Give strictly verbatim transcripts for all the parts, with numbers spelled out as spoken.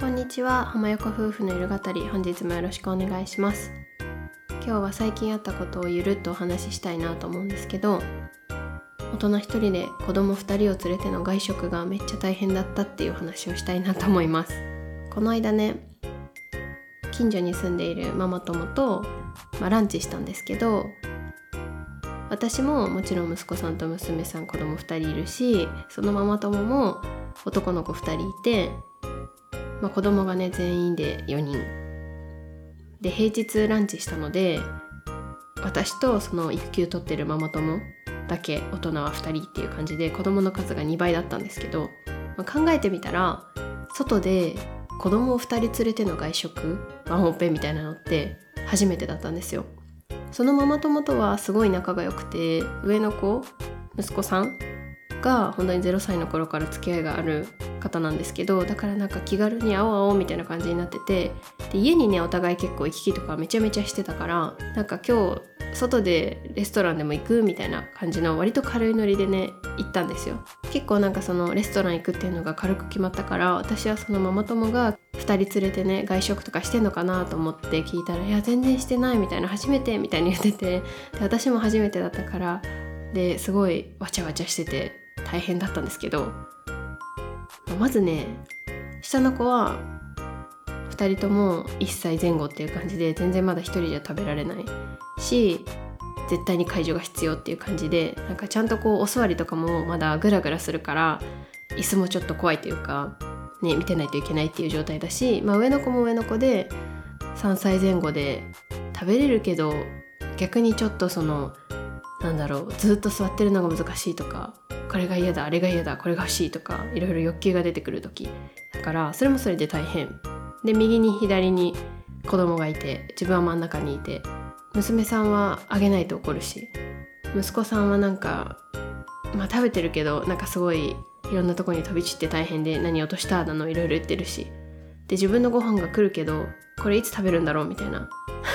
こんにちは、浜横夫婦の夜語り、本日もよろしくお願いします。今日は最近あったことをゆるっとお話ししたいなと思うんですけど、大人一人で子供二人を連れての外食がめっちゃ大変だったっていう話をしたいなと思います。この間ね、近所に住んでいるママ友と、まあ、ランチしたんですけど、私ももちろん息子さんと娘さん、子供二人いるし、そのママ友も男の子二人いて、まあ、子供がね全員でよにんで平日ランチしたので、私とその育休取ってるママ友だけ大人はふたりっていう感じで子供の数がにばいだったんですけど、まあ、考えてみたら外で子供をふたり連れての外食ワンオペみたいなのって初めてだったんですよ。そのママ友とはすごい仲が良くて、上の子息子さんが本当にゼロさいの頃から付き合いがある方なんですけど、だからなんか気軽に会おう会おうみたいな感じになってて、で家にねお互い結構行き来とかめちゃめちゃしてたから、なんか今日外でレストランでも行くみたいな感じの割と軽いノリでね行ったんですよ。結構なんかそのレストラン行くっていうのが軽く決まったから、私はそのママ友がふたり連れてね外食とかしてんのかなと思って聞いたら、いや全然してないみたいな、初めてみたいに言ってて、で私も初めてだったからですごいわちゃわちゃしてて大変だったんですけど、まずね下の子はふたりともいっさいぜん後っていう感じで、全然まだひとりじゃ食べられないし、絶対に介助が必要っていう感じで、なんかちゃんとこうお座りとかもまだグラグラするから椅子もちょっと怖いというかね、見てないといけないっていう状態だし、まあ、上の子も上の子でさんさいぜん後で食べれるけど、逆にちょっとそのなんだろう、ずっと座ってるのが難しいとか、これが嫌だあれが嫌だこれが欲しいとか、いろいろ欲求が出てくる時だから、それもそれで大変で、右に左に子供がいて自分は真ん中にいて、娘さんはあげないと怒るし、息子さんはなんかまあ食べてるけど、なんかすごいいろんなとこに飛び散って大変で、何落としたなのいろいろ言ってるし、で自分のご飯が来るけどこれいつ食べるんだろうみたいな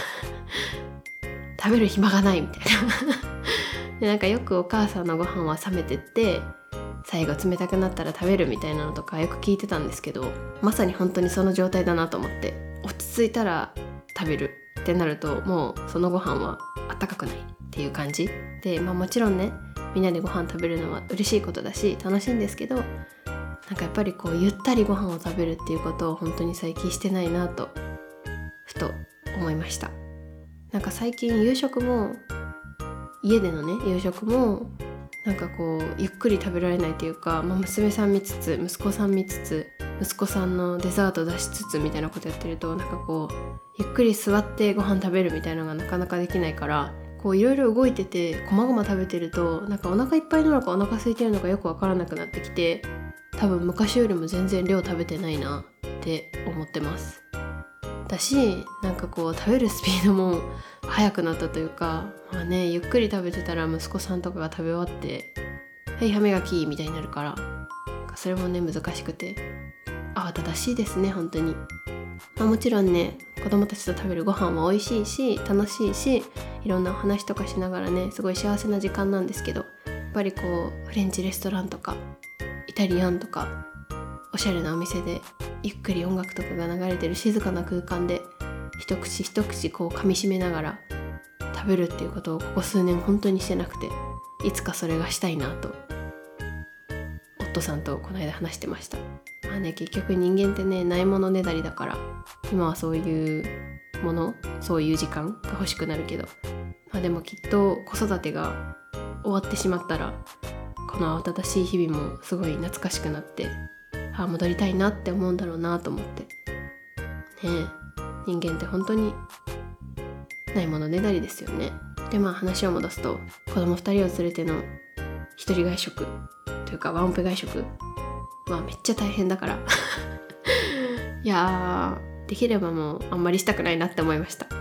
食べる暇がないみたいなで、なんかよくお母さんのご飯は冷めてって最後冷たくなったら食べるみたいなのとかよく聞いてたんですけど、まさに本当にその状態だなと思って、落ち着いたら食べるってなるともうそのご飯はあったかくないっていう感じで、まあもちろんねみんなでご飯食べるのは嬉しいことだし楽しいんですけど、なんかやっぱりこうゆったりご飯を食べるっていうことを本当に最近してないなとふと思いました。なんか最近夕食も家でのね夕食もなんかこうゆっくり食べられないというか、まあ、娘さん見つつ息子さん見つつ息子さんのデザート出しつつみたいなことやってると、なんかこうゆっくり座ってご飯食べるみたいなのがなかなかできないから、こういろいろ動いててこまごま食べてると、なんかお腹いっぱいなのかお腹空いてるのかよくわからなくなってきて、多分昔よりも全然量食べてないなって思ってます。だし、なんかこう食べるスピードも速くなったというか、まあね、ゆっくり食べてたら息子さんとかが食べ終わってはい歯磨きみたいになるから、それもね難しくて慌ただしいですね本当に。まあ、もちろんね子供たちと食べるご飯は美味しいし楽しいし、いろんなお話とかしながらねすごい幸せな時間なんですけど、やっぱりこうフレンチレストランとかイタリアンとかおしゃれなお店でゆっくり音楽とかが流れてる静かな空間で一口一口こう噛み締めながら食べるっていうことをここ数年本当にしてなくて、いつかそれがしたいなと夫さんとこの間話してました。まあね、結局人間ってねないものねだりだから、今はそういうものそういう時間が欲しくなるけど、まあ、でもきっと子育てが終わってしまったらこの慌ただしい日々もすごい懐かしくなって、ああ戻りたいなって思うんだろうなと思ってね。え人間って本当にないものねだりですよね。でまあ話を戻すと、子供ふたりを連れての一人外食というかワンオペ外食まあめっちゃ大変だからいやーできればもうあんまりしたくないなって思いました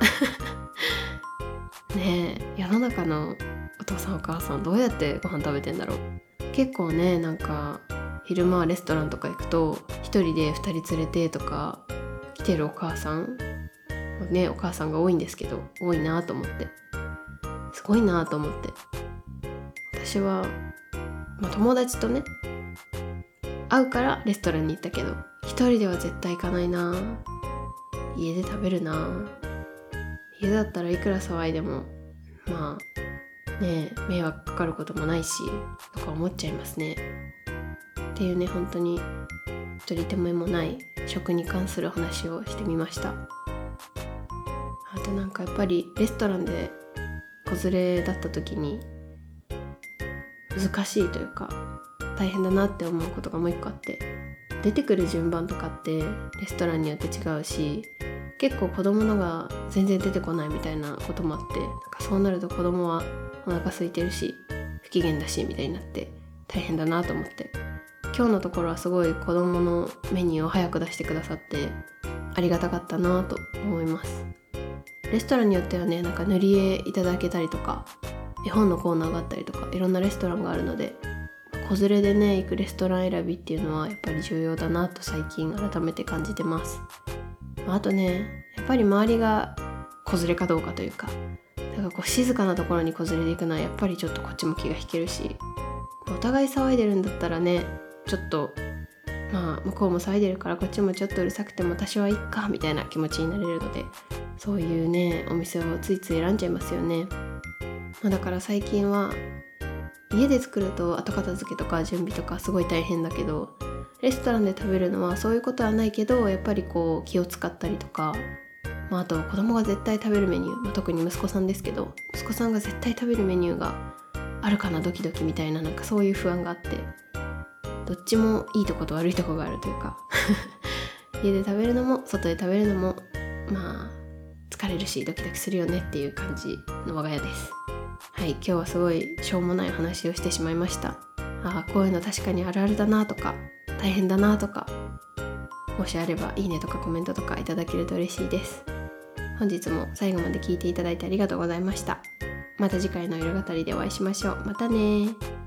ねえ、世の中のお父さんお母さんどうやってご飯食べてんだろう。結構ねなんか昼間はレストランとか行くと一人で二人連れてとか来てるお母さんね、お母さんが多いんですけど、多いなと思って、すごいなと思って、私は、まあ、友達とね会うからレストランに行ったけど、 一人では絶対行かないな。家で食べるな。家だったらいくら騒いでもまあねえ迷惑かかることもないしとか思っちゃいますね。っていうね、本当に取り留めもない食に関する話をしてみました。あとなんかやっぱりレストランで子連れだった時に難しいというか大変だなって思うことがもう一個あって、出てくる順番とかってレストランによって違うし、結構子供のが全然出てこないみたいなこともあって、なんかそうなると子供はお腹空いてるし不機嫌だしみたいになって大変だなと思って、今日のところはすごい子供のメニューを早く出してくださってありがたかったなと思います。レストランによってはね、なんか塗り絵いただけたりとか絵本のコーナーがあったりとかいろんなレストランがあるので、子連れでね行くレストラン選びっていうのはやっぱり重要だなと最近改めて感じてます。あとね、やっぱり周りが子連れかどうかというか、だからこう静かなところに子連れで行くのはやっぱりちょっとこっちも気が引けるし、お互い騒いでるんだったらね、ちょっとまあ向こうも騒いでるからこっちもちょっとうるさくても私はいっかみたいな気持ちになれるので、そういうねお店をついつい選んじゃいますよね。まあ、だから最近は家で作ると後片付けとか準備とかすごい大変だけど、レストランで食べるのはそういうことはないけど、やっぱりこう気を使ったりとか、まあ、あと子供が絶対食べるメニュー、まあ、特に息子さんですけど、息子さんが絶対食べるメニューがあるかなドキドキみたいな、なんかそういう不安があって、どっちもいいとこと悪いとこがあるというか家で食べるのも外で食べるのもまあ疲れるしドキドキするよねっていう感じの我が家です。はい、今日はすごいしょうもない話をしてしまいました。ああこういうの確かにあるあるだなとか大変だなとか、もしあればいいねとかコメントとかいただけると嬉しいです。本日も最後まで聞いていただいてありがとうございました。また次回の夜語りでお会いしましょう。またね。